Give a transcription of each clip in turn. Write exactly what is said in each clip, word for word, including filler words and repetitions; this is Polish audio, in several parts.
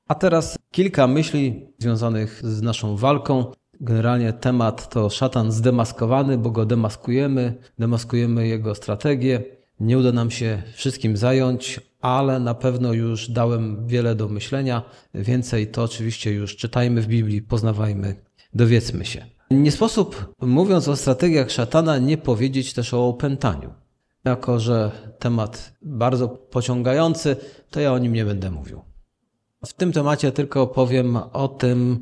A teraz kilka myśli związanych z naszą walką. Generalnie temat to szatan zdemaskowany, bo go demaskujemy, demaskujemy jego strategię. Nie uda nam się wszystkim zająć, ale na pewno już dałem wiele do myślenia. Więcej to oczywiście już czytajmy w Biblii, poznawajmy, dowiedzmy się. Nie sposób, mówiąc o strategiach szatana, nie powiedzieć też o opętaniu. Jako że temat bardzo pociągający, to ja o nim nie będę mówił. W tym temacie tylko powiem o tym,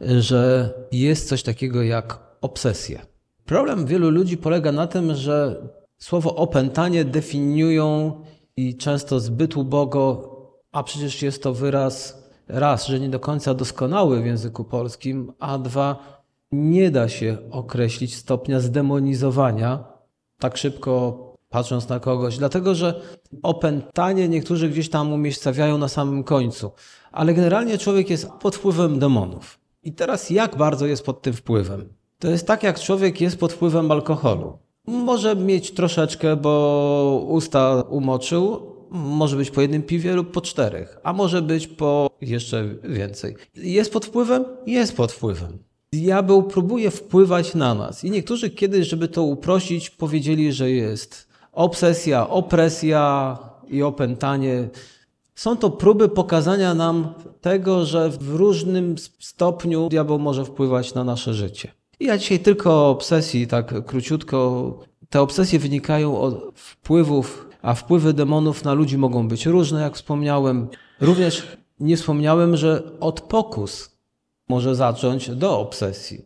że jest coś takiego jak obsesja. Problem wielu ludzi polega na tym, że słowo opętanie definiują i często zbyt ubogo, a przecież jest to wyraz raz, że nie do końca doskonały w języku polskim, a dwa, nie da się określić stopnia zdemonizowania tak szybko patrząc na kogoś, dlatego że opętanie niektórzy gdzieś tam umiejscawiają na samym końcu, ale generalnie człowiek jest pod wpływem demonów. I teraz jak bardzo jest pod tym wpływem? To jest tak, jak człowiek jest pod wpływem alkoholu. Może mieć troszeczkę, bo usta umoczył, może być po jednym piwie lub po czterech, a może być po jeszcze więcej. Jest pod wpływem? Jest pod wpływem. Diabeł próbuje wpływać na nas i niektórzy kiedyś, żeby to uprościć, powiedzieli, że jest obsesja, opresja i opętanie. Są to próby pokazania nam tego, że w różnym stopniu diabeł może wpływać na nasze życie. I ja dzisiaj tylko o obsesji, tak króciutko. Te obsesje wynikają od wpływów, a wpływy demonów na ludzi mogą być różne, jak wspomniałem. Również nie wspomniałem, że od pokus może zacząć do obsesji,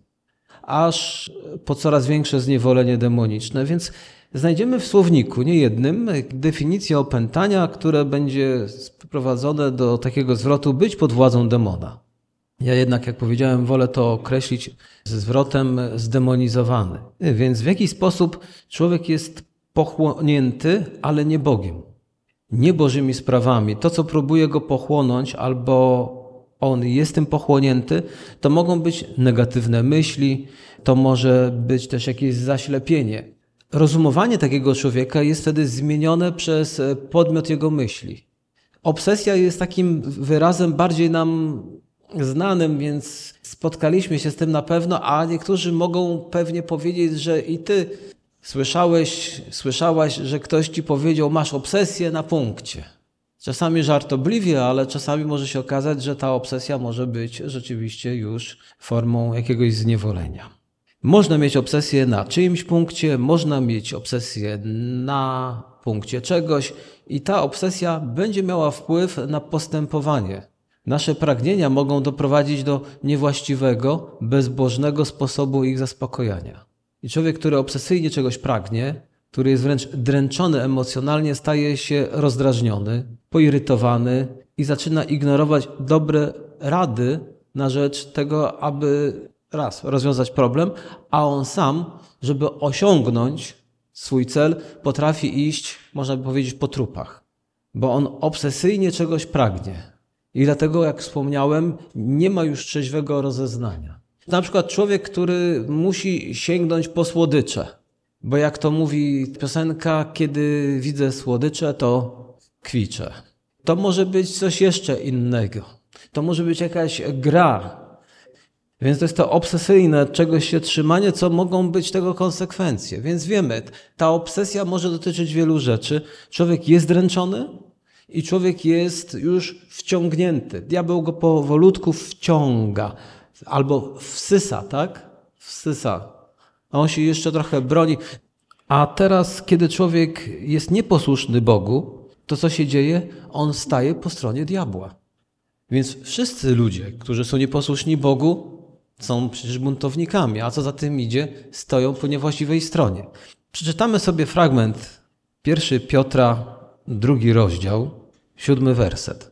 aż po coraz większe zniewolenie demoniczne. Więc znajdziemy w słowniku niejednym definicję opętania, które będzie sprowadzone do takiego zwrotu być pod władzą demona. Ja jednak, jak powiedziałem, wolę to określić ze zwrotem zdemonizowany. Więc w jaki sposób człowiek jest pochłonięty, ale nie Bogiem, nie Bożymi sprawami. To, co próbuje go pochłonąć, albo on jest tym pochłonięty, to mogą być negatywne myśli, to może być też jakieś zaślepienie. Rozumowanie takiego człowieka jest wtedy zmienione przez podmiot jego myśli. Obsesja jest takim wyrazem bardziej nam znanym, więc spotkaliśmy się z tym na pewno, a niektórzy mogą pewnie powiedzieć, że i ty słyszałeś, słyszałaś, że ktoś ci powiedział, masz obsesję na punkcie. Czasami żartobliwie, ale czasami może się okazać, że ta obsesja może być rzeczywiście już formą jakiegoś zniewolenia. Można mieć obsesję na czyimś punkcie, można mieć obsesję na punkcie czegoś i ta obsesja będzie miała wpływ na postępowanie. Nasze pragnienia mogą doprowadzić do niewłaściwego, bezbożnego sposobu ich zaspokojenia. I człowiek, który obsesyjnie czegoś pragnie, który jest wręcz dręczony emocjonalnie, staje się rozdrażniony, poirytowany i zaczyna ignorować dobre rady na rzecz tego, aby raz, rozwiązać problem, a on sam, żeby osiągnąć swój cel, potrafi iść, można by powiedzieć, po trupach. Bo on obsesyjnie czegoś pragnie. I dlatego, jak wspomniałem, nie ma już trzeźwego rozeznania. Na przykład człowiek, który musi sięgnąć po słodycze. Bo jak to mówi piosenka, kiedy widzę słodycze, to kwiczę. To może być coś jeszcze innego. To może być jakaś gra. Więc to jest to obsesyjne czegoś się trzymanie, co mogą być tego konsekwencje. Więc wiemy, ta obsesja może dotyczyć wielu rzeczy. Człowiek jest dręczony i człowiek jest już wciągnięty. Diabeł go powolutku wciąga albo wsysa, tak? Wsysa. A on się jeszcze trochę broni. A teraz, kiedy człowiek jest nieposłuszny Bogu, to co się dzieje? On staje po stronie diabła. Więc wszyscy ludzie, którzy są nieposłuszni Bogu, są przecież buntownikami, a co za tym idzie, stoją po niewłaściwej stronie. Przeczytamy sobie fragment pierwszy Piotra, drugi rozdział, siódmy werset.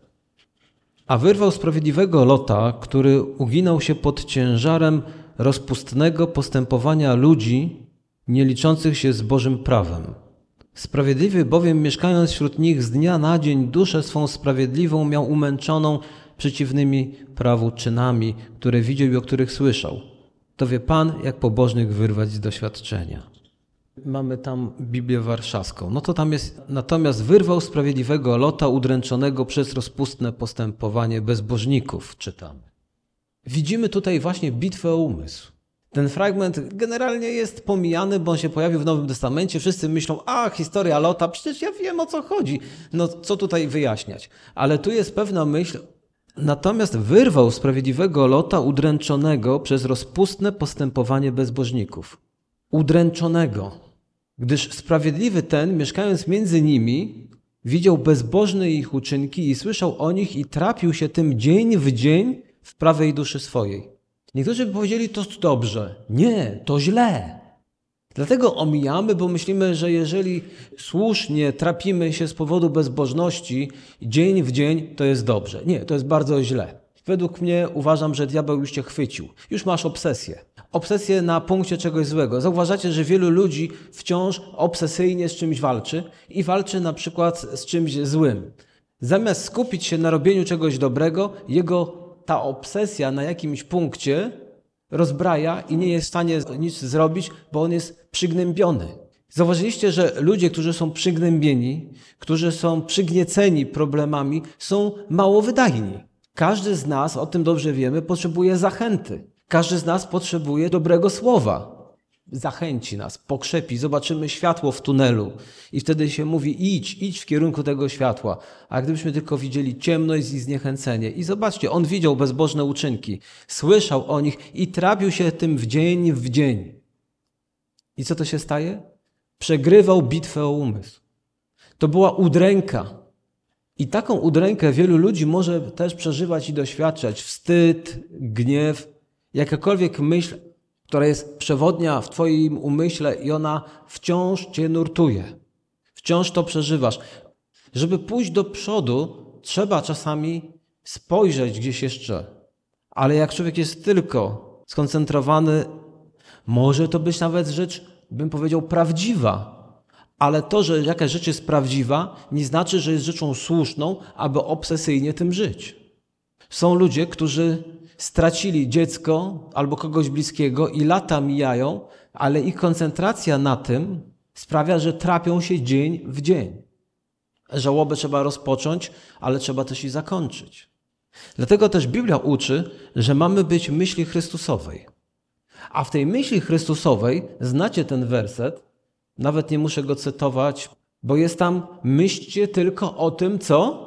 A wyrwał sprawiedliwego Lota, który uginał się pod ciężarem rozpustnego postępowania ludzi, nie liczących się z Bożym prawem. Sprawiedliwy bowiem, mieszkając wśród nich z dnia na dzień, duszę swą sprawiedliwą miał umęczoną przeciwnymi prawu czynami, które widział i o których słyszał. To wie Pan, jak pobożnych wyrwać z doświadczenia. Mamy tam Biblię Warszawską. No to tam jest, natomiast wyrwał sprawiedliwego Lota udręczonego przez rozpustne postępowanie bezbożników, czytamy. Widzimy tutaj właśnie bitwę o umysł. Ten fragment generalnie jest pomijany, bo on się pojawił w Nowym Testamencie. Wszyscy myślą, a historia Lota, przecież ja wiem, o co chodzi. No co tutaj wyjaśniać? Ale tu jest pewna myśl. Natomiast wyrwał sprawiedliwego Lota udręczonego przez rozpustne postępowanie bezbożników. Udręczonego. Gdyż sprawiedliwy ten, mieszkając między nimi, widział bezbożne ich uczynki i słyszał o nich i trapił się tym dzień w dzień w prawej duszy swojej. Niektórzy by powiedzieli, to dobrze. Nie, to źle. Dlatego omijamy, bo myślimy, że jeżeli słusznie trapimy się z powodu bezbożności dzień w dzień, to jest dobrze. Nie, to jest bardzo źle. Według mnie uważam, że diabeł już cię chwycił. Już masz obsesję. Obsesję na punkcie czegoś złego. Zauważacie, że wielu ludzi wciąż obsesyjnie z czymś walczy i walczy na przykład z czymś złym. Zamiast skupić się na robieniu czegoś dobrego, jego ta obsesja na jakimś punkcie rozbraja i nie jest w stanie nic zrobić, bo on jest przygnębiony. Zauważyliście, że ludzie, którzy są przygnębieni, którzy są przygnieceni problemami, są mało wydajni. Każdy z nas, o tym dobrze wiemy, potrzebuje zachęty. Każdy z nas potrzebuje dobrego słowa. Zachęci nas, pokrzepi, zobaczymy światło w tunelu i wtedy się mówi idź, idź w kierunku tego światła. A gdybyśmy tylko widzieli ciemność i zniechęcenie i zobaczcie, on widział bezbożne uczynki, słyszał o nich i trapił się tym w dzień w dzień. I co to się staje? Przegrywał bitwę o umysł. To była udręka. I taką udrękę wielu ludzi może też przeżywać i doświadczać. Wstyd, gniew, jakakolwiek myśl, która jest przewodnia w twoim umyśle i ona wciąż cię nurtuje. Wciąż to przeżywasz. Żeby pójść do przodu, trzeba czasami spojrzeć gdzieś jeszcze. Ale jak człowiek jest tylko skoncentrowany, może to być nawet rzecz, bym powiedział, prawdziwa. Ale to, że jakaś rzecz jest prawdziwa, nie znaczy, że jest rzeczą słuszną, aby obsesyjnie tym żyć. Są ludzie, którzy stracili dziecko albo kogoś bliskiego i lata mijają, ale ich koncentracja na tym sprawia, że trapią się dzień w dzień. Żałobę trzeba rozpocząć, ale trzeba też i zakończyć. Dlatego też Biblia uczy, że mamy być myśli Chrystusowej. A w tej myśli Chrystusowej, znacie ten werset, nawet nie muszę go cytować, bo jest tam myślcie tylko o tym, co?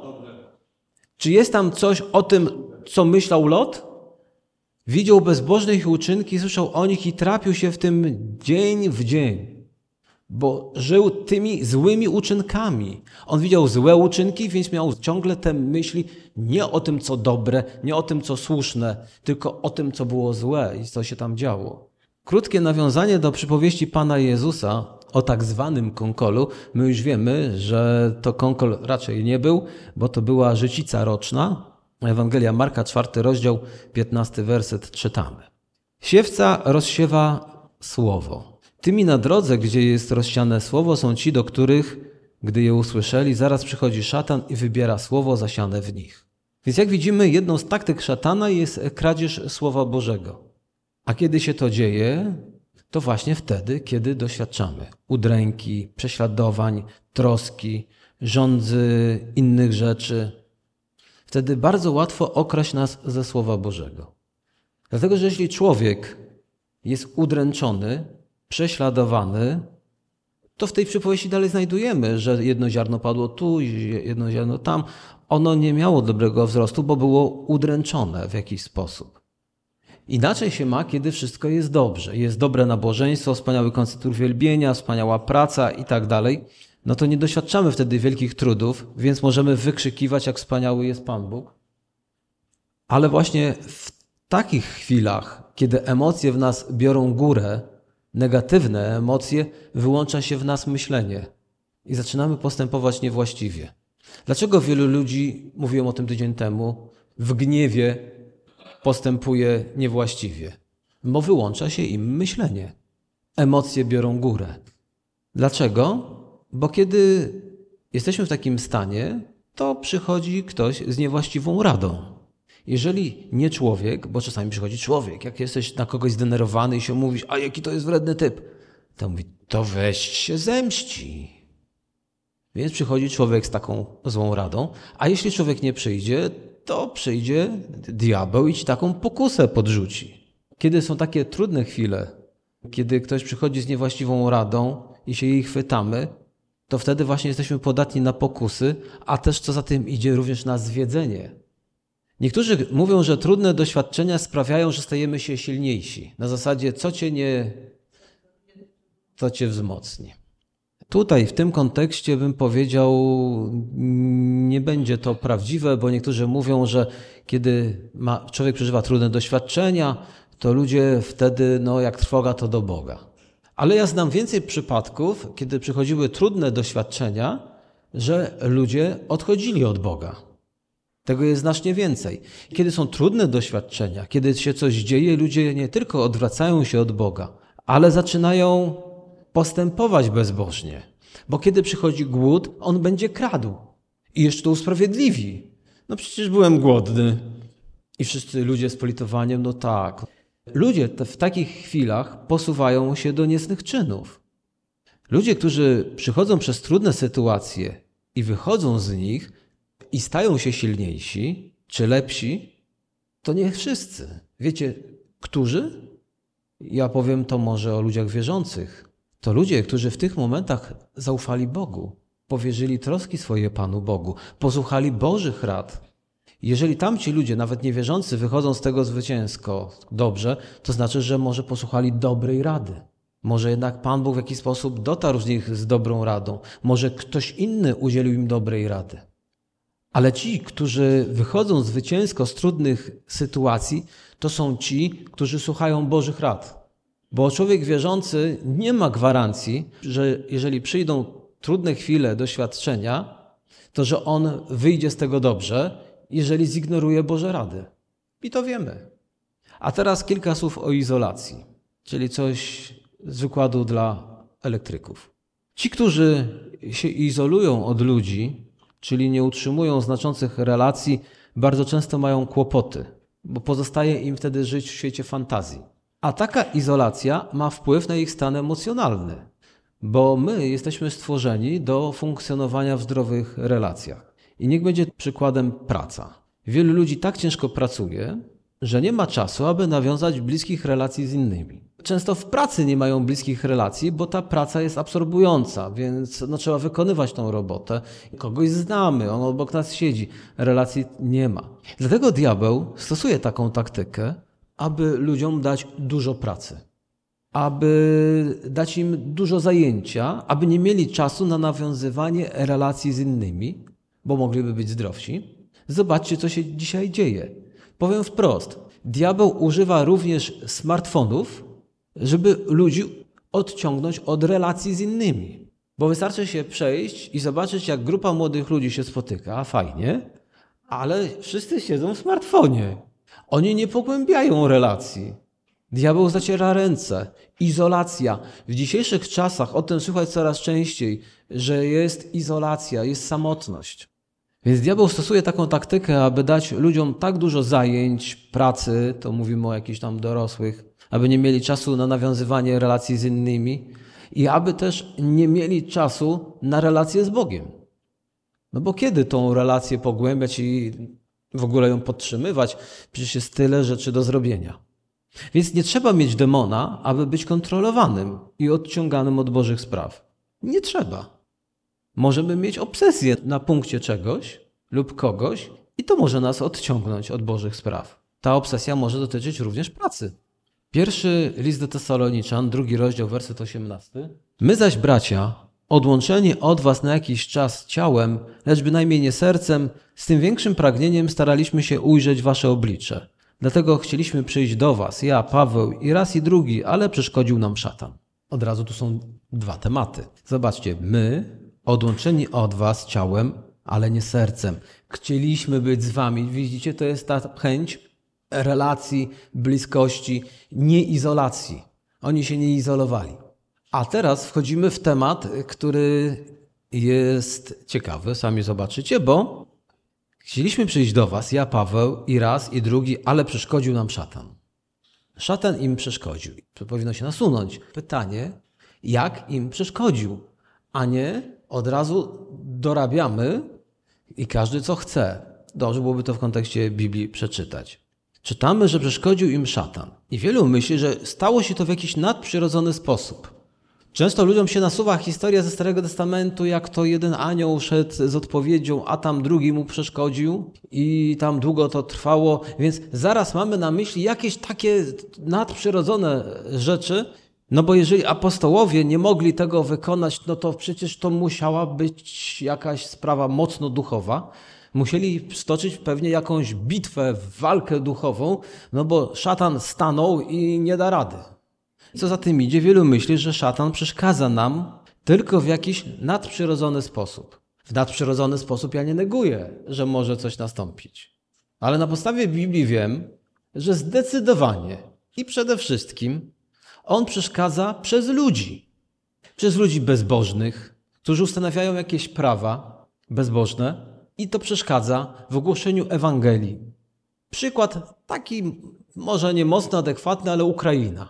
Czy jest tam coś o tym, co myślał Lot? Widział bezbożne ich uczynki, słyszał o nich i trapił się w tym dzień w dzień, bo żył tymi złymi uczynkami. On widział złe uczynki, więc miał ciągle te myśli nie o tym, co dobre, nie o tym, co słuszne, tylko o tym, co było złe i co się tam działo. Krótkie nawiązanie do przypowieści Pana Jezusa o tak zwanym konkolu. My już wiemy, że to konkol raczej nie był, bo to była życica roczna. Ewangelia Marka, czwarty rozdział, piętnasty werset czytamy. Siewca rozsiewa słowo. Tymi na drodze, gdzie jest rozsiane słowo, są ci, do których, gdy je usłyszeli, zaraz przychodzi szatan i wybiera słowo zasiane w nich. Więc jak widzimy, jedną z taktyk szatana jest kradzież Słowa Bożego. A kiedy się to dzieje, to właśnie wtedy, kiedy doświadczamy udręki, prześladowań, troski, żądzy innych rzeczy. Wtedy bardzo łatwo okraść nas ze Słowa Bożego. Dlatego, że jeśli człowiek jest udręczony, prześladowany, to w tej przypowieści dalej znajdujemy, że jedno ziarno padło tu, jedno ziarno tam. Ono nie miało dobrego wzrostu, bo było udręczone w jakiś sposób. Inaczej się ma, kiedy wszystko jest dobrze. Jest dobre nabożeństwo, wspaniały koncert uwielbienia, wspaniała praca i tak dalej. No to nie doświadczamy wtedy wielkich trudów, więc możemy wykrzykiwać, jak wspaniały jest Pan Bóg. Ale właśnie w takich chwilach, kiedy emocje w nas biorą górę, negatywne emocje, wyłącza się w nas myślenie i zaczynamy postępować niewłaściwie. Dlaczego wielu ludzi, mówiłem o tym tydzień temu, w gniewie postępuje niewłaściwie? Bo wyłącza się im myślenie. Emocje biorą górę. Dlaczego? Bo kiedy jesteśmy w takim stanie, to przychodzi ktoś z niewłaściwą radą. Jeżeli nie człowiek, bo czasami przychodzi człowiek, jak jesteś na kogoś zdenerwowany i się mówisz, a jaki to jest wredny typ, To mówi, to weź się zemści. Więc przychodzi człowiek z taką złą radą, a jeśli człowiek nie przyjdzie, to przyjdzie diabeł i ci taką pokusę podrzuci. Kiedy są takie trudne chwile, kiedy ktoś przychodzi z niewłaściwą radą i się jej chwytamy, to wtedy właśnie jesteśmy podatni na pokusy, a też co za tym idzie również na zwiedzenie. Niektórzy mówią, że trudne doświadczenia sprawiają, że stajemy się silniejsi. Na zasadzie, co cię nie, to cię wzmocni. Tutaj w tym kontekście bym powiedział, nie będzie to prawdziwe, bo niektórzy mówią, że kiedy ma, człowiek przeżywa trudne doświadczenia, to ludzie wtedy, no jak trwoga, to do Boga. Ale ja znam więcej przypadków, kiedy przychodziły trudne doświadczenia, że ludzie odchodzili od Boga. Tego jest znacznie więcej. Kiedy są trudne doświadczenia, kiedy się coś dzieje, ludzie nie tylko odwracają się od Boga, ale zaczynają postępować bezbożnie. Bo kiedy przychodzi głód, on będzie kradł. I jeszcze to usprawiedliwi. No przecież byłem głodny. I wszyscy ludzie z politowaniem, no tak. Ludzie te w takich chwilach posuwają się do niecnych czynów. Ludzie, którzy przychodzą przez trudne sytuacje i wychodzą z nich i stają się silniejsi czy lepsi, to nie wszyscy. Wiecie, którzy? Ja powiem to może o ludziach wierzących. To ludzie, którzy w tych momentach zaufali Bogu, powierzyli troski swoje Panu Bogu, posłuchali Bożych rad. Jeżeli tamci ludzie, nawet niewierzący, wychodzą z tego zwycięsko dobrze, to znaczy, że może posłuchali dobrej rady. Może jednak Pan Bóg w jakiś sposób dotarł z nich z dobrą radą. Może ktoś inny udzielił im dobrej rady. Ale ci, którzy wychodzą zwycięsko z trudnych sytuacji, to są ci, którzy słuchają Bożych rad. Bo człowiek wierzący nie ma gwarancji, że jeżeli przyjdą trudne chwile, doświadczenia, to że on wyjdzie z tego dobrze, jeżeli zignoruje Boże rady. I to wiemy. A teraz kilka słów o izolacji, czyli coś z wykładu dla elektryków. Ci, którzy się izolują od ludzi, czyli nie utrzymują znaczących relacji, bardzo często mają kłopoty, bo pozostaje im wtedy żyć w świecie fantazji. A taka izolacja ma wpływ na ich stan emocjonalny, bo my jesteśmy stworzeni do funkcjonowania w zdrowych relacjach. I niech będzie przykładem praca. Wielu ludzi tak ciężko pracuje, że nie ma czasu, aby nawiązać bliskich relacji z innymi. Często w pracy nie mają bliskich relacji, bo ta praca jest absorbująca, więc no, trzeba wykonywać tą robotę. Kogoś znamy, on obok nas siedzi, relacji nie ma. Dlatego diabeł stosuje taką taktykę, aby ludziom dać dużo pracy, aby dać im dużo zajęcia, aby nie mieli czasu na nawiązywanie relacji z innymi, bo mogliby być zdrowsi. Zobaczcie, co się dzisiaj dzieje. Powiem wprost, diabeł używa również smartfonów, żeby ludzi odciągnąć od relacji z innymi. Bo wystarczy się przejść i zobaczyć, jak grupa młodych ludzi się spotyka, fajnie, ale wszyscy siedzą w smartfonie. Oni nie pogłębiają relacji. Diabeł zaciera ręce. Izolacja. W dzisiejszych czasach o tym słychać coraz częściej, że jest izolacja, jest samotność. Więc diabeł stosuje taką taktykę, aby dać ludziom tak dużo zajęć, pracy, to mówimy o jakichś tam dorosłych, aby nie mieli czasu na nawiązywanie relacji z innymi i aby też nie mieli czasu na relację z Bogiem. No bo kiedy tą relację pogłębiać i w ogóle ją podtrzymywać? Przecież jest tyle rzeczy do zrobienia. Więc nie trzeba mieć demona, aby być kontrolowanym i odciąganym od Bożych spraw. Nie trzeba. Możemy mieć obsesję na punkcie czegoś lub kogoś i to może nas odciągnąć od Bożych spraw. Ta obsesja może dotyczyć również pracy. Pierwszy list do Tesaloniczan, drugi rozdział, werset osiemnasty. My zaś, bracia, odłączeni od was na jakiś czas ciałem, lecz bynajmniej nie sercem, z tym większym pragnieniem staraliśmy się ujrzeć wasze oblicze. Dlatego chcieliśmy przyjść do was, ja, Paweł, i raz i drugi, ale przeszkodził nam szatan. Od razu tu są dwa tematy. Zobaczcie, my, odłączeni od was ciałem, ale nie sercem. Chcieliśmy być z wami. Widzicie, to jest ta chęć relacji, bliskości, nie izolacji. Oni się nie izolowali. A teraz wchodzimy w temat, który jest ciekawy, sami zobaczycie, bo chcieliśmy przyjść do was, ja, Paweł, i raz, i drugi, ale przeszkodził nam szatan. Szatan im przeszkodził. To powinno się nasunąć. Pytanie, jak im przeszkodził, a nie od razu dorabiamy i każdy co chce. Dobrze byłoby to w kontekście Biblii przeczytać. Czytamy, że przeszkodził im szatan. I wielu myśli, że stało się to w jakiś nadprzyrodzony sposób. Często ludziom się nasuwa historia ze Starego Testamentu, jak to jeden anioł szedł z odpowiedzią, a tam drugi mu przeszkodził i tam długo to trwało. Więc zaraz mamy na myśli jakieś takie nadprzyrodzone rzeczy, no bo jeżeli apostołowie nie mogli tego wykonać, no to przecież to musiała być jakaś sprawa mocno duchowa. Musieli stoczyć pewnie jakąś bitwę, walkę duchową, no bo szatan stanął i nie da rady. Co za tym idzie, wielu myśli, że szatan przeszkadza nam tylko w jakiś nadprzyrodzony sposób. W nadprzyrodzony sposób ja nie neguję, że może coś nastąpić. Ale na podstawie Biblii wiem, że zdecydowanie i przede wszystkim on przeszkadza przez ludzi. Przez ludzi bezbożnych, którzy ustanawiają jakieś prawa bezbożne i to przeszkadza w ogłoszeniu Ewangelii. Przykład taki może nie mocno adekwatny, ale Ukraina.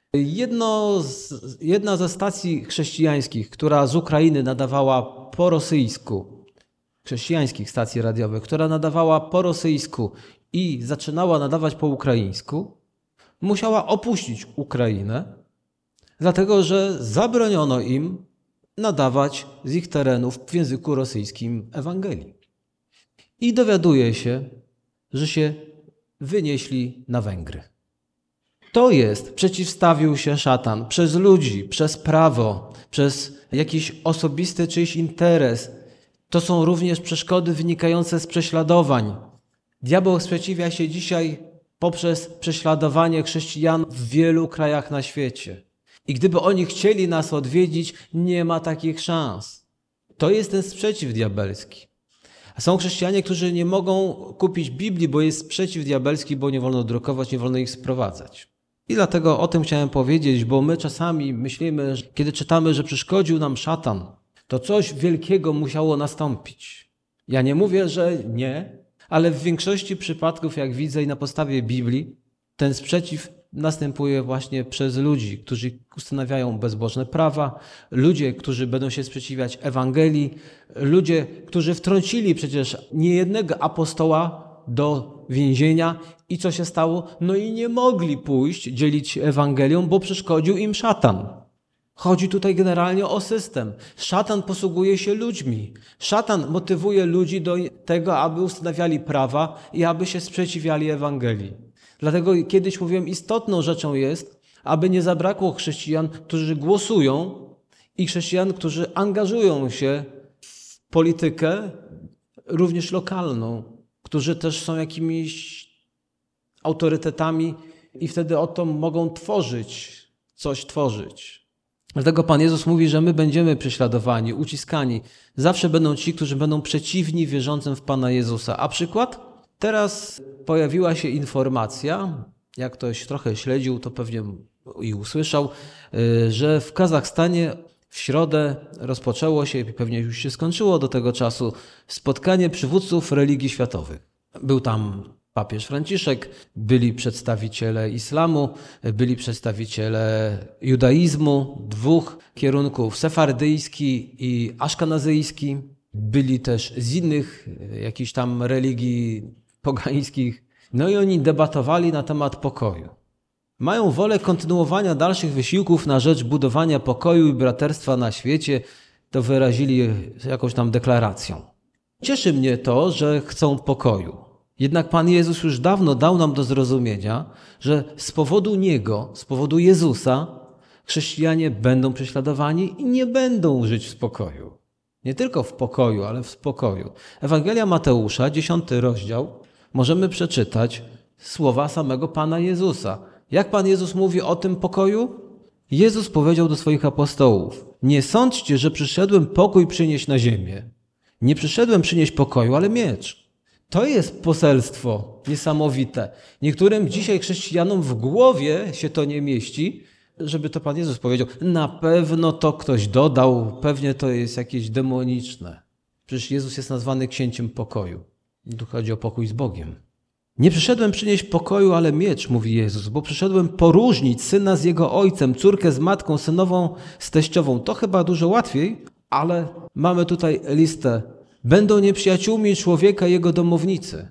Jedno z, jedna ze stacji chrześcijańskich, która z Ukrainy nadawała po rosyjsku, chrześcijańskich stacji radiowych, która nadawała po rosyjsku i zaczynała nadawać po ukraińsku, musiała opuścić Ukrainę, dlatego że zabroniono im nadawać z ich terenów w języku rosyjskim Ewangelii. I dowiaduje się, że się wynieśli na Węgry. To jest, przeciwstawił się szatan przez ludzi, przez prawo, przez jakiś osobisty czyjś interes. To są również przeszkody wynikające z prześladowań. Diabeł sprzeciwia się dzisiaj poprzez prześladowanie chrześcijan w wielu krajach na świecie. I gdyby oni chcieli nas odwiedzić, nie ma takich szans. To jest ten sprzeciw diabelski. A są chrześcijanie, którzy nie mogą kupić Biblii, bo jest sprzeciw diabelski, bo nie wolno drukować, nie wolno ich sprowadzać. I dlatego o tym chciałem powiedzieć, bo my czasami myślimy, że kiedy czytamy, że przeszkodził nam szatan, to coś wielkiego musiało nastąpić. Ja nie mówię, że nie, ale w większości przypadków, jak widzę i na podstawie Biblii, ten sprzeciw następuje właśnie przez ludzi, którzy ustanawiają bezbożne prawa, ludzie, którzy będą się sprzeciwiać Ewangelii, ludzie, którzy wtrącili przecież niejednego apostoła do więzienia i co się stało? No i nie mogli pójść dzielić Ewangelią, bo przeszkodził im szatan. Chodzi tutaj generalnie o system. Szatan posługuje się ludźmi. Szatan motywuje ludzi do tego, aby ustanawiali prawa i aby się sprzeciwiali Ewangelii. Dlatego kiedyś mówiłem, istotną rzeczą jest, aby nie zabrakło chrześcijan, którzy głosują i chrześcijan, którzy angażują się w politykę, również lokalną, którzy też są jakimiś autorytetami i wtedy o to mogą tworzyć, coś tworzyć. Dlatego Pan Jezus mówi, że my będziemy prześladowani, uciskani. Zawsze będą ci, którzy będą przeciwni wierzącym w Pana Jezusa. A przykład? Teraz pojawiła się informacja, jak ktoś trochę śledził, to pewnie i usłyszał, że w Kazachstanie w środę rozpoczęło się, pewnie już się skończyło do tego czasu, spotkanie przywódców religii światowych. Był tam papież Franciszek, byli przedstawiciele islamu, byli przedstawiciele judaizmu, dwóch kierunków, sefardyjski i aszkanazyjski. Byli też z innych jakichś tam religii pogańskich. No i oni debatowali na temat pokoju. Mają wolę kontynuowania dalszych wysiłków na rzecz budowania pokoju i braterstwa na świecie. To wyrazili jakąś tam deklaracją. Cieszy mnie to, że chcą pokoju. Jednak Pan Jezus już dawno dał nam do zrozumienia, że z powodu Niego, z powodu Jezusa, chrześcijanie będą prześladowani i nie będą żyć w spokoju. Nie tylko w pokoju, ale w spokoju. Ewangelia Mateusza, dziesiąty rozdział, możemy przeczytać słowa samego Pana Jezusa. Jak Pan Jezus mówi o tym pokoju? Jezus powiedział do swoich apostołów: nie sądźcie, że przyszedłem pokój przynieść na ziemię. Nie przyszedłem przynieść pokoju, ale miecz. To jest poselstwo niesamowite. Niektórym dzisiaj chrześcijanom w głowie się to nie mieści, żeby to Pan Jezus powiedział. Na pewno to ktoś dodał, pewnie to jest jakieś demoniczne. Przecież Jezus jest nazwany księciem pokoju. Tu chodzi o pokój z Bogiem. Nie przyszedłem przynieść pokoju, ale miecz, mówi Jezus, bo przyszedłem poróżnić syna z jego ojcem, córkę z matką, synową z teściową. To chyba dużo łatwiej, ale mamy tutaj listę. Będą nieprzyjaciółmi człowieka i jego domownicy.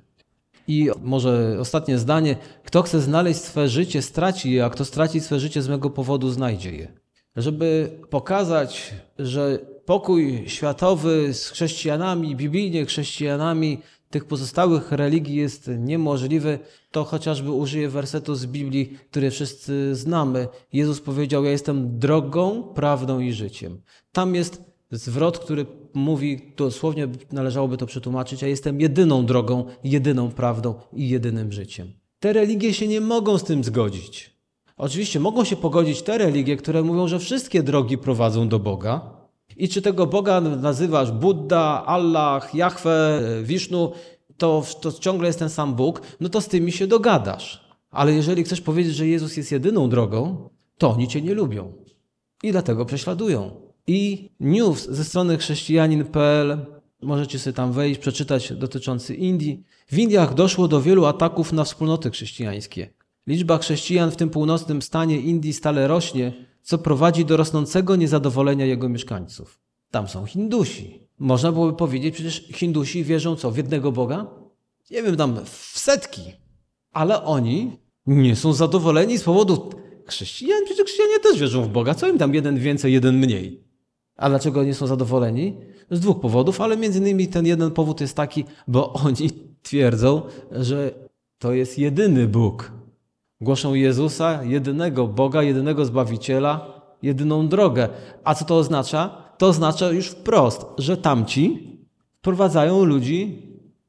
I może ostatnie zdanie. Kto chce znaleźć swe życie, straci je, a kto straci swe życie z mego powodu, znajdzie je. Żeby pokazać, że pokój światowy z chrześcijanami, biblijnie chrześcijanami, tych pozostałych religii jest niemożliwy, to chociażby użyję wersetu z Biblii, który wszyscy znamy. Jezus powiedział, ja jestem drogą, prawdą i życiem. Tam jest zwrot, który mówi, dosłownie należałoby to przetłumaczyć, ja jestem jedyną drogą, jedyną prawdą i jedynym życiem. Te religie się nie mogą z tym zgodzić. Oczywiście mogą się pogodzić te religie, które mówią, że wszystkie drogi prowadzą do Boga. I czy tego Boga nazywasz Buddha, Allah, Jahwe, Wisznu, to, to ciągle jest ten sam Bóg, no to z tymi się dogadasz. Ale jeżeli chcesz powiedzieć, że Jezus jest jedyną drogą, to oni cię nie lubią. I dlatego prześladują. I news ze strony chrześcijanin kropka p l, możecie sobie tam wejść, przeczytać dotyczący Indii. W Indiach doszło do wielu ataków na wspólnoty chrześcijańskie. Liczba chrześcijan w tym północnym stanie Indii stale rośnie, co prowadzi do rosnącego niezadowolenia jego mieszkańców. Tam są Hindusi. Można byłoby powiedzieć, przecież Hindusi wierzą co, w jednego Boga? Nie wiem, tam w setki. Ale oni nie są zadowoleni z powodu chrześcijan. Przecież chrześcijanie też wierzą w Boga. Co im tam jeden więcej, jeden mniej? A dlaczego nie są zadowoleni? Z dwóch powodów, ale między innymi ten jeden powód jest taki, bo oni twierdzą, że to jest jedyny Bóg. Głoszą Jezusa, jedynego Boga, jedynego Zbawiciela, jedyną drogę. A co to oznacza? To oznacza już wprost, że tamci wprowadzają ludzi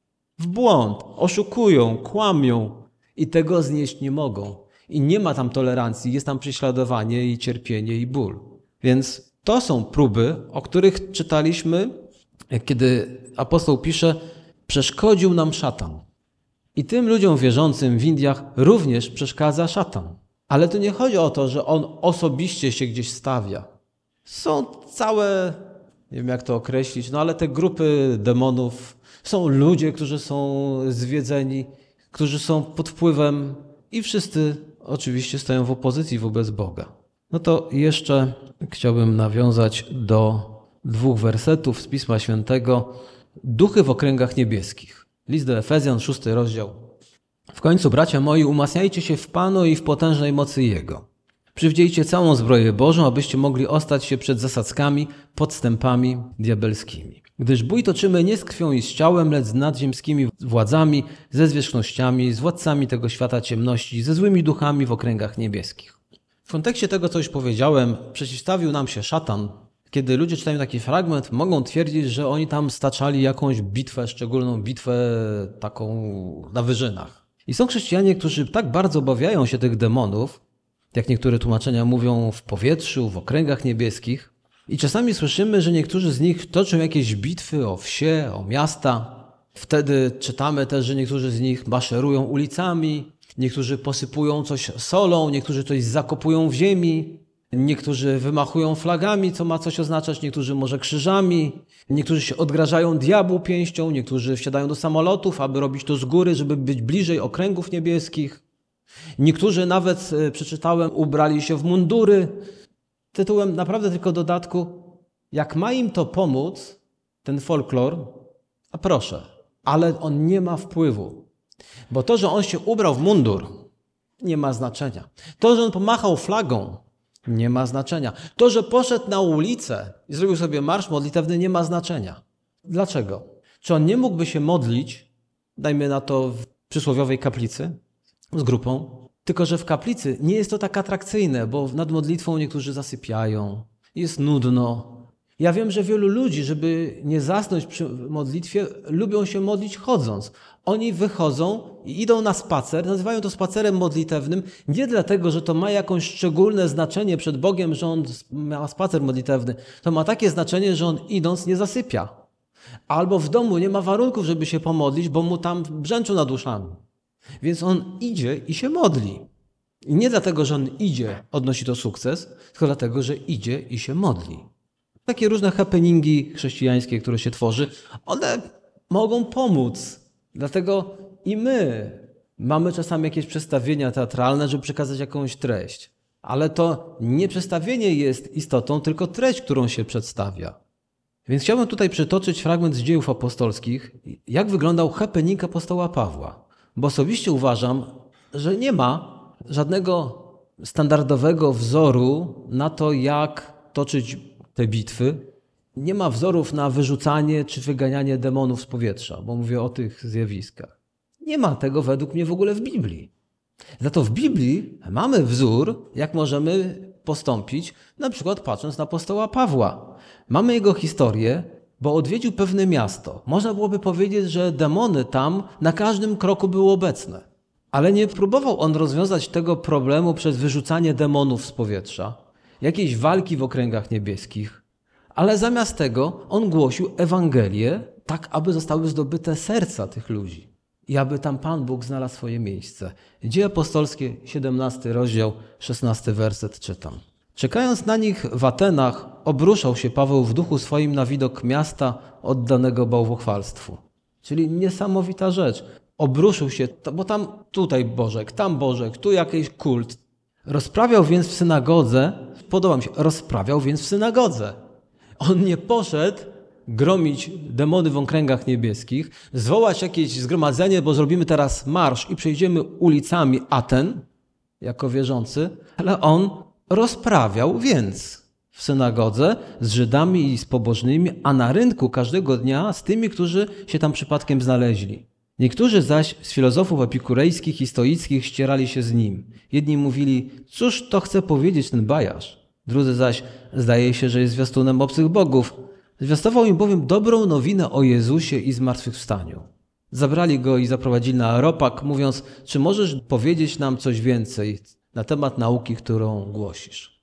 w błąd, oszukują, kłamią i tego znieść nie mogą. I nie ma tam tolerancji, jest tam prześladowanie i cierpienie i ból. Więc to są próby, o których czytaliśmy, kiedy apostoł pisze, przeszkodził nam szatan. I tym ludziom wierzącym w Indiach również przeszkadza szatan. Ale tu nie chodzi o to, że on osobiście się gdzieś stawia. Są całe, nie wiem jak to określić, no ale te grupy demonów, są ludzie, którzy są zwiedzeni, którzy są pod wpływem i wszyscy oczywiście stoją w opozycji wobec Boga. No to jeszcze chciałbym nawiązać do dwóch wersetów z Pisma Świętego. Duchy w okręgach niebieskich. List do Efezjan, szósty rozdział. W końcu, bracia moi, umacniajcie się w Panu i w potężnej mocy Jego. Przywdziejcie całą zbroję Bożą, abyście mogli ostać się przed zasadzkami, podstępami diabelskimi. Gdyż bój toczymy nie z krwią i z ciałem, lecz z nadziemskimi władzami, ze zwierzchnościami, z władcami tego świata ciemności, ze złymi duchami w okręgach niebieskich. W kontekście tego, co już powiedziałem, przeciwstawił nam się szatan. Kiedy ludzie czytają taki fragment, mogą twierdzić, że oni tam staczali jakąś bitwę, szczególną bitwę taką na wyżynach. I są chrześcijanie, którzy tak bardzo obawiają się tych demonów, jak niektóre tłumaczenia mówią, w powietrzu, w okręgach niebieskich. I czasami słyszymy, że niektórzy z nich toczą jakieś bitwy o wsie, o miasta. Wtedy czytamy też, że niektórzy z nich maszerują ulicami, niektórzy posypują coś solą, niektórzy coś zakopują w ziemi, niektórzy wymachują flagami, co ma coś oznaczać, niektórzy może krzyżami, niektórzy się odgrażają diabłu pięścią, niektórzy wsiadają do samolotów, aby robić to z góry, żeby być bliżej okręgów niebieskich. Niektórzy nawet, przeczytałem, ubrali się w mundury. Tytułem naprawdę tylko dodatku, jak ma im to pomóc, ten folklor, a proszę, ale on nie ma wpływu. Bo to, że on się ubrał w mundur, nie ma znaczenia. To, że on pomachał flagą, nie ma znaczenia. To, że poszedł na ulicę i zrobił sobie marsz modlitewny, nie ma znaczenia. Dlaczego? Czy on nie mógłby się modlić, dajmy na to w przysłowiowej kaplicy, z grupą, tylko że w kaplicy nie jest to tak atrakcyjne, bo nad modlitwą niektórzy zasypiają, jest nudno. Ja wiem, że wielu ludzi, żeby nie zasnąć przy modlitwie, lubią się modlić chodząc. Oni wychodzą i idą na spacer, nazywają to spacerem modlitewnym, nie dlatego, że to ma jakieś szczególne znaczenie przed Bogiem, że on ma spacer modlitewny. To ma takie znaczenie, że on idąc nie zasypia. Albo w domu nie ma warunków, żeby się pomodlić, bo mu tam brzęczą nad uszami. Więc on idzie i się modli. I nie dlatego, że on idzie, odnosi to sukces, tylko dlatego, że idzie i się modli. Takie różne happeningi chrześcijańskie, które się tworzy, one mogą pomóc. Dlatego i my Mamy czasami jakieś przedstawienia teatralne, żeby przekazać jakąś treść. Ale to nie przedstawienie jest istotą, tylko treść, którą się przedstawia. Więc chciałbym tutaj przytoczyć fragment z Dziejów Apostolskich, jak wyglądał happening apostoła Pawła. Bo osobiście uważam, że nie ma żadnego standardowego wzoru na to, jak toczyć te bitwy. Nie ma wzorów na wyrzucanie czy wyganianie demonów z powietrza, bo mówię o tych zjawiskach. Nie ma tego według mnie w ogóle w Biblii. Za to w Biblii mamy wzór, jak możemy postąpić, na przykład patrząc na apostoła Pawła. Mamy jego historię, bo odwiedził pewne miasto. Można byłoby powiedzieć, że demony tam na każdym kroku były obecne. Ale nie próbował on rozwiązać tego problemu przez wyrzucanie demonów z powietrza, jakiejś walki w okręgach niebieskich, ale zamiast tego on głosił Ewangelię tak, aby zostały zdobyte serca tych ludzi i aby tam Pan Bóg znalazł swoje miejsce. Dzieje apostolskie, siedemnasty rozdział, szesnasty werset czytam. Czekając na nich w Atenach, obruszał się Paweł w duchu swoim na widok miasta oddanego bałwochwalstwu. Czyli niesamowita rzecz. Obruszył się, bo tam tutaj Bożek, tam Bożek, tu jakiś kult. Rozprawiał więc w synagodze, podoba mi się, rozprawiał więc w synagodze. On nie poszedł gromić demony w okręgach niebieskich, zwołać jakieś zgromadzenie, bo zrobimy teraz marsz i przejdziemy ulicami Aten, jako wierzący, ale on rozprawiał więc w synagodze z Żydami i z pobożnymi, a na rynku każdego dnia z tymi, którzy się tam przypadkiem znaleźli. Niektórzy zaś z filozofów epikurejskich i stoickich ścierali się z nim. Jedni mówili, cóż to chce powiedzieć ten bajarz? Drudzy zaś, zdaje się, że jest zwiastunem obcych bogów. Zwiastował im bowiem dobrą nowinę o Jezusie i zmartwychwstaniu. Zabrali go i zaprowadzili na Areopag, mówiąc, czy możesz powiedzieć nam coś więcej na temat nauki, którą głosisz?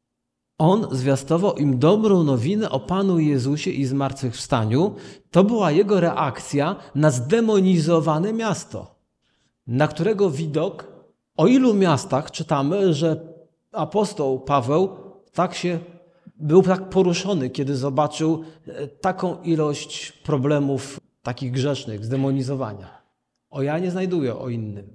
On zwiastował im dobrą nowinę o Panu Jezusie i zmartwychwstaniu. To była jego reakcja na zdemonizowane miasto, na którego widok, o ilu miastach czytamy, że apostoł Paweł tak się był tak poruszony, kiedy zobaczył taką ilość problemów takich grzesznych, zdemonizowania. O ja nie znajduję o innym.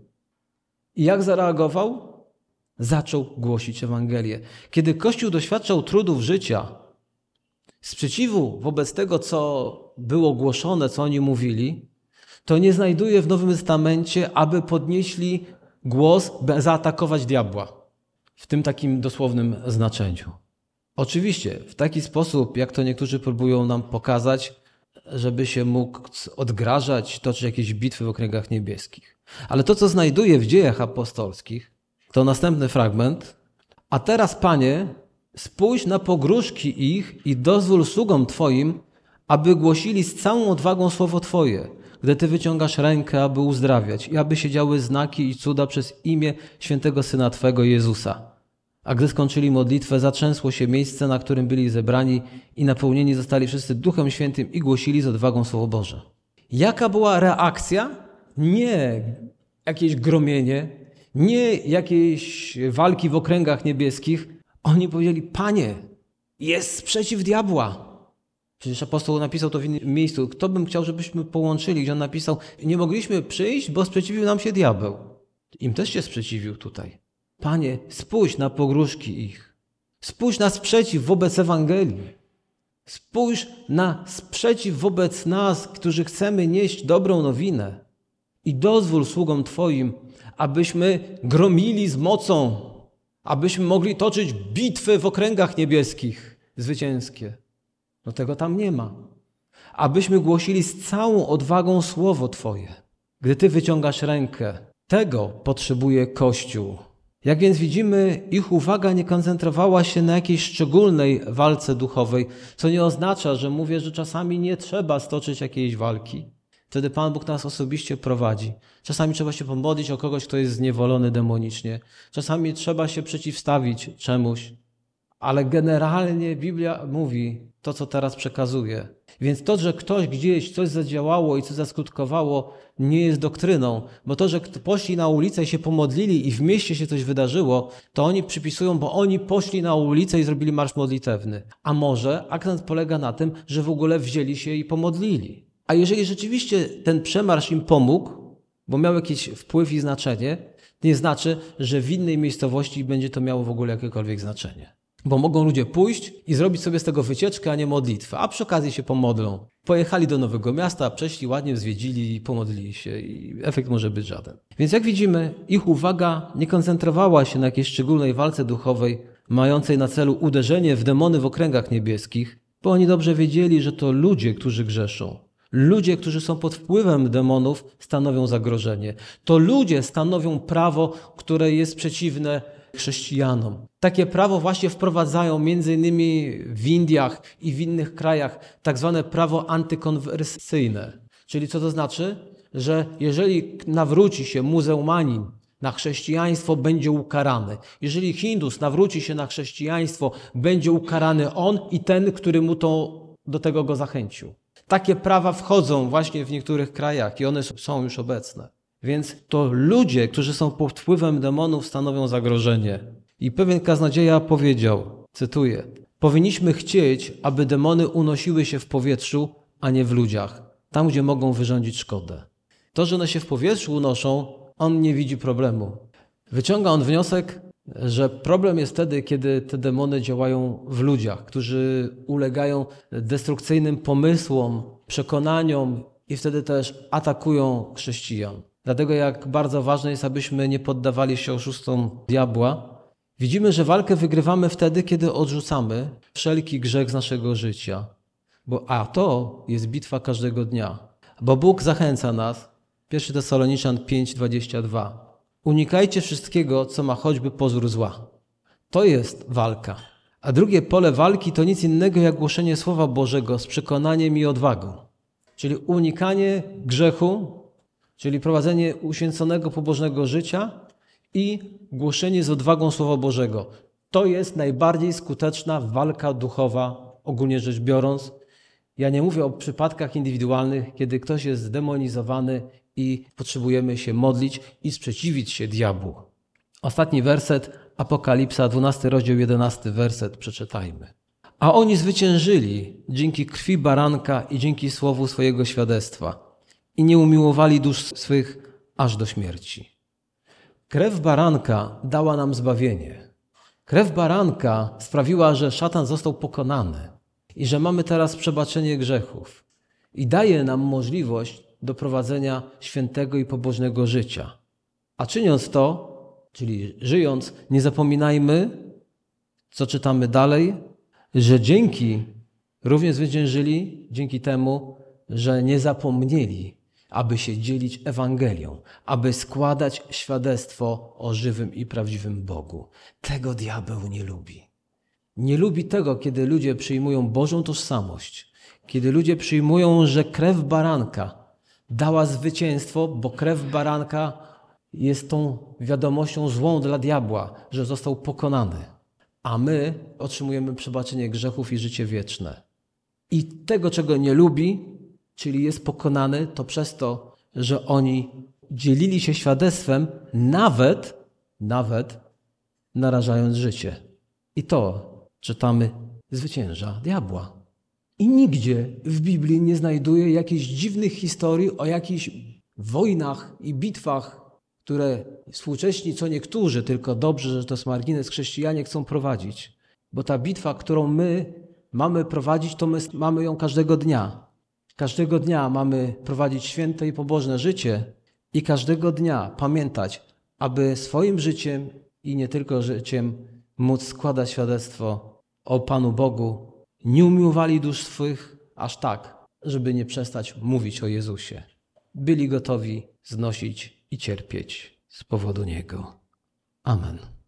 I jak zareagował? Zaczął głosić Ewangelię. Kiedy Kościół doświadczał trudów życia, sprzeciwu wobec tego, co było głoszone, co oni mówili, to nie znajduje w Nowym Testamencie, aby podnieśli głos, by zaatakować diabła. W tym takim dosłownym znaczeniu. Oczywiście w taki sposób, jak to niektórzy próbują nam pokazać, żeby się mógł odgrażać, toczyć jakieś bitwy w okręgach niebieskich. Ale to, co znajduję w Dziejach Apostolskich, to następny fragment. A teraz, Panie, spójrz na pogróżki ich i dozwól sługom Twoim, aby głosili z całą odwagą słowo Twoje, gdy Ty wyciągasz rękę, aby uzdrawiać i aby się działy znaki i cuda przez imię świętego Syna Twego Jezusa. A gdy skończyli modlitwę, zatrzęsło się miejsce, na którym byli zebrani i napełnieni zostali wszyscy Duchem Świętym i głosili z odwagą Słowo Boże. Jaka była reakcja? Nie jakieś gromienie, nie jakieś walki w okręgach niebieskich. Oni powiedzieli, Panie, jest sprzeciw diabła. Przecież apostoł napisał to w innym miejscu. Kto bym chciał, żebyśmy połączyli, gdzie on napisał, nie mogliśmy przyjść, bo sprzeciwił nam się diabeł. Im też się sprzeciwił tutaj. Panie, spójrz na pogróżki ich. Spójrz na sprzeciw wobec Ewangelii. Spójrz na sprzeciw wobec nas, którzy chcemy nieść dobrą nowinę. I dozwól sługom Twoim, abyśmy gromili z mocą, abyśmy mogli toczyć bitwy w okręgach niebieskich zwycięskie. No tego tam nie ma. Abyśmy głosili z całą odwagą Słowo Twoje. Gdy Ty wyciągasz rękę, tego potrzebuje Kościół. Jak więc widzimy, ich uwaga nie koncentrowała się na jakiejś szczególnej walce duchowej, co nie oznacza, że mówię, że czasami nie trzeba stoczyć jakiejś walki. Wtedy Pan Bóg nas osobiście prowadzi. Czasami trzeba się pomodlić o kogoś, kto jest zniewolony demonicznie. Czasami trzeba się przeciwstawić czemuś. Ale generalnie Biblia mówi to, co teraz przekazuje. Więc to, że ktoś gdzieś coś zadziałało i coś zaskutkowało, nie jest doktryną. Bo to, że poszli na ulicę i się pomodlili i w mieście się coś wydarzyło, to oni przypisują, bo oni poszli na ulicę i zrobili marsz modlitewny. A może akcent polega na tym, że w ogóle wzięli się i pomodlili. A jeżeli rzeczywiście ten przemarsz im pomógł, bo miał jakiś wpływ i znaczenie, nie znaczy, że w innej miejscowości będzie to miało w ogóle jakiekolwiek znaczenie. Bo mogą ludzie pójść i zrobić sobie z tego wycieczkę, a nie modlitwę, a przy okazji się pomodlą. Pojechali do Nowego Miasta, przeszli ładnie, zwiedzili i pomodlili się i efekt może być żaden. Więc jak widzimy, ich uwaga nie koncentrowała się na jakiejś szczególnej walce duchowej, mającej na celu uderzenie w demony w okręgach niebieskich, bo oni dobrze wiedzieli, że to ludzie, którzy grzeszą. Ludzie, którzy są pod wpływem demonów, stanowią zagrożenie. To ludzie stanowią prawo, które jest przeciwne chrześcijanom. Takie prawo właśnie wprowadzają między innymi w Indiach i w innych krajach tak zwane prawo antykonwersyjne. Czyli co to znaczy? Że jeżeli nawróci się muzułmanin na chrześcijaństwo, będzie ukarany. Jeżeli Hindus nawróci się na chrześcijaństwo, będzie ukarany on i ten, który mu to, do tego go zachęcił. Takie prawa wchodzą właśnie w niektórych krajach i one są już obecne. Więc to ludzie, którzy są pod wpływem demonów, stanowią zagrożenie. I pewien kaznodzieja powiedział, cytuję, powinniśmy chcieć, aby demony unosiły się w powietrzu, a nie w ludziach, tam gdzie mogą wyrządzić szkodę. To, że one się w powietrzu unoszą, on nie widzi problemu. Wyciąga on wniosek, że problem jest wtedy, kiedy te demony działają w ludziach, którzy ulegają destrukcyjnym pomysłom, przekonaniom i wtedy też atakują chrześcijan. Dlatego jak bardzo ważne jest, abyśmy nie poddawali się oszustom diabła. Widzimy, że walkę wygrywamy wtedy, kiedy odrzucamy wszelki grzech z naszego życia. Bo, a to jest bitwa każdego dnia. Bo Bóg zachęca nas, pierwszy Tesaloniczan pięć, dwadzieścia dwa. Unikajcie wszystkiego, co ma choćby pozór zła. To jest walka. A drugie pole walki to nic innego jak głoszenie Słowa Bożego z przekonaniem i odwagą. Czyli unikanie grzechu, czyli prowadzenie uświęconego, pobożnego życia i głoszenie z odwagą Słowa Bożego. To jest najbardziej skuteczna walka duchowa, ogólnie rzecz biorąc. Ja nie mówię o przypadkach indywidualnych, kiedy ktoś jest zdemonizowany i potrzebujemy się modlić i sprzeciwić się diabłu. Ostatni werset, Apokalipsa, dwunasty rozdział, jedenasty werset, przeczytajmy. A oni zwyciężyli dzięki krwi baranka i dzięki słowu swojego świadectwa i nie umiłowali dusz swych aż do śmierci. Krew baranka dała nam zbawienie. Krew baranka sprawiła, że szatan został pokonany i że mamy teraz przebaczenie grzechów i daje nam możliwość do prowadzenia świętego i pobożnego życia. A czyniąc to, czyli żyjąc, nie zapominajmy, co czytamy dalej, że dzięki, również zwyciężyli dzięki temu, że nie zapomnieli, aby się dzielić Ewangelią, aby składać świadectwo o żywym i prawdziwym Bogu. Tego diabeł nie lubi. Nie lubi tego, kiedy ludzie przyjmują Bożą tożsamość, kiedy ludzie przyjmują, że krew baranka dała zwycięstwo, bo krew baranka jest tą wiadomością złą dla diabła, że został pokonany. A my otrzymujemy przebaczenie grzechów i życie wieczne. I tego, czego nie lubi, czyli jest pokonany, to przez to, że oni dzielili się świadectwem, nawet, nawet narażając życie. I to, czytamy, zwycięża diabła. I nigdzie w Biblii nie znajduję jakichś dziwnych historii o jakichś wojnach i bitwach, które współcześni, co niektórzy, tylko dobrze, że to jest margines, chrześcijanie chcą prowadzić. Bo ta bitwa, którą my mamy prowadzić, to my mamy ją każdego dnia. Każdego dnia mamy prowadzić święte i pobożne życie i każdego dnia pamiętać, aby swoim życiem i nie tylko życiem móc składać świadectwo o Panu Bogu. Nie umiłowali dusz swych aż tak, żeby nie przestać mówić o Jezusie. Byli gotowi znosić i cierpieć z powodu Niego. Amen.